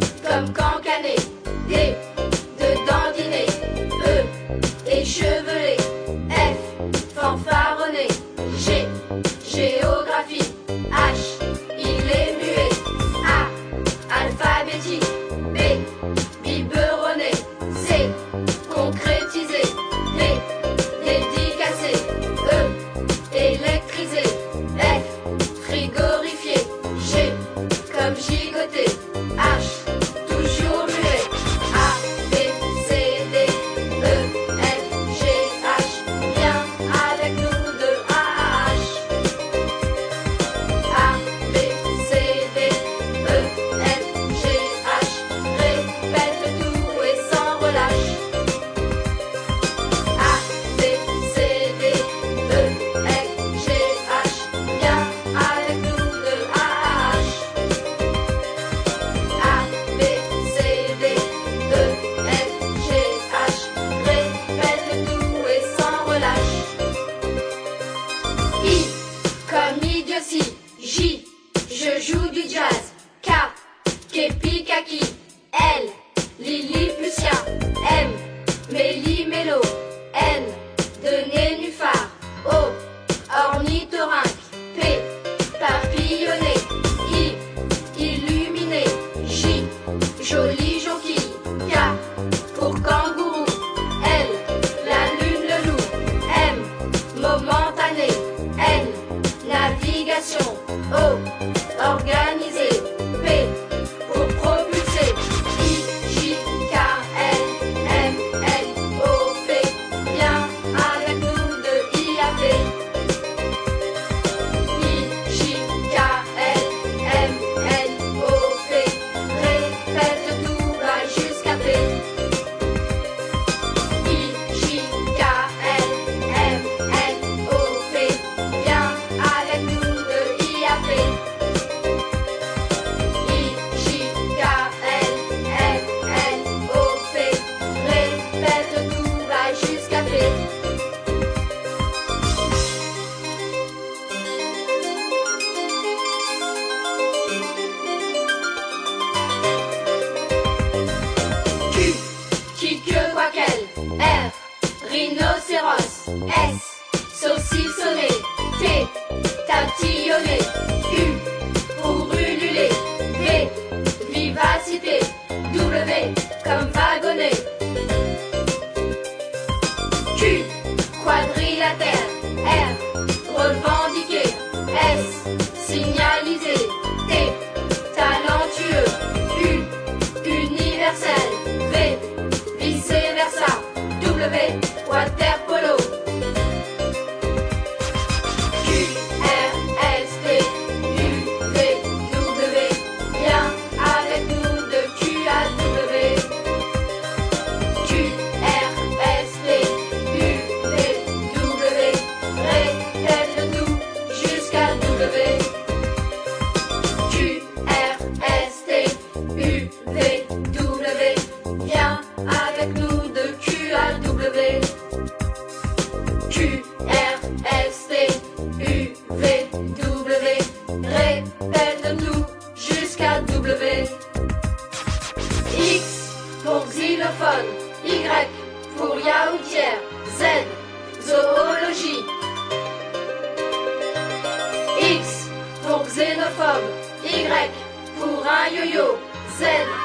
comme cancané. D de dandiner. E échevelé. F fanfaronné. G géographie. H il est muet. A alphabétique. B biberonné. C concrétisé. D dédicacé. E électrisé. F frigorifié. G comme gigoté. H toujours muet. A B C D E F G H. Viens avec nous de A à H. A B C D E F G H. Répète tout et sans relâche. A B C D E F G H. Viens avec nous de A à H. A B C D E F G H. Répète tout et sans relâche. I comme idiotie. J je joue du jazz. K képi kaki. L lilliputien. M méli-mélo. N de nénuphar. O ornithorynque. P papillonné. I illuminé. J jolie jonquille. K pour kangourou. L la lune le loup. M momentané. N navigation. O organisé. P pour propulser. I J K L M N O P. Viens avec nous de I à P. I J K L M N O P. Répète tout va jusqu'à P. I J K L M N O P. Viens avec nous de I à P. I J K L M N O P. Répète tout va jusqu'à P. Q qui que quoi qu'elle. R rhinocéros. S saucissonné. T tatillonné. U pour ululer. V vivacité. W comme wagonnet. Q quadrilatère. R revendiqué. S signalisé. T talentueux. U universel. V vice versa. W waterpolo. Q R S T U V W. Viens avec nous de Q à W. Q R S T U V W. Répète tout jusqu'à W. Q R S T U V W. Viens avec nous de Q à W. Q R S T U V W. Répète tout jusqu'à W. X pour xylophone. Y pour yaourtière. Z zoologie. X pour xénophobe. Y pour un yo-yo. Z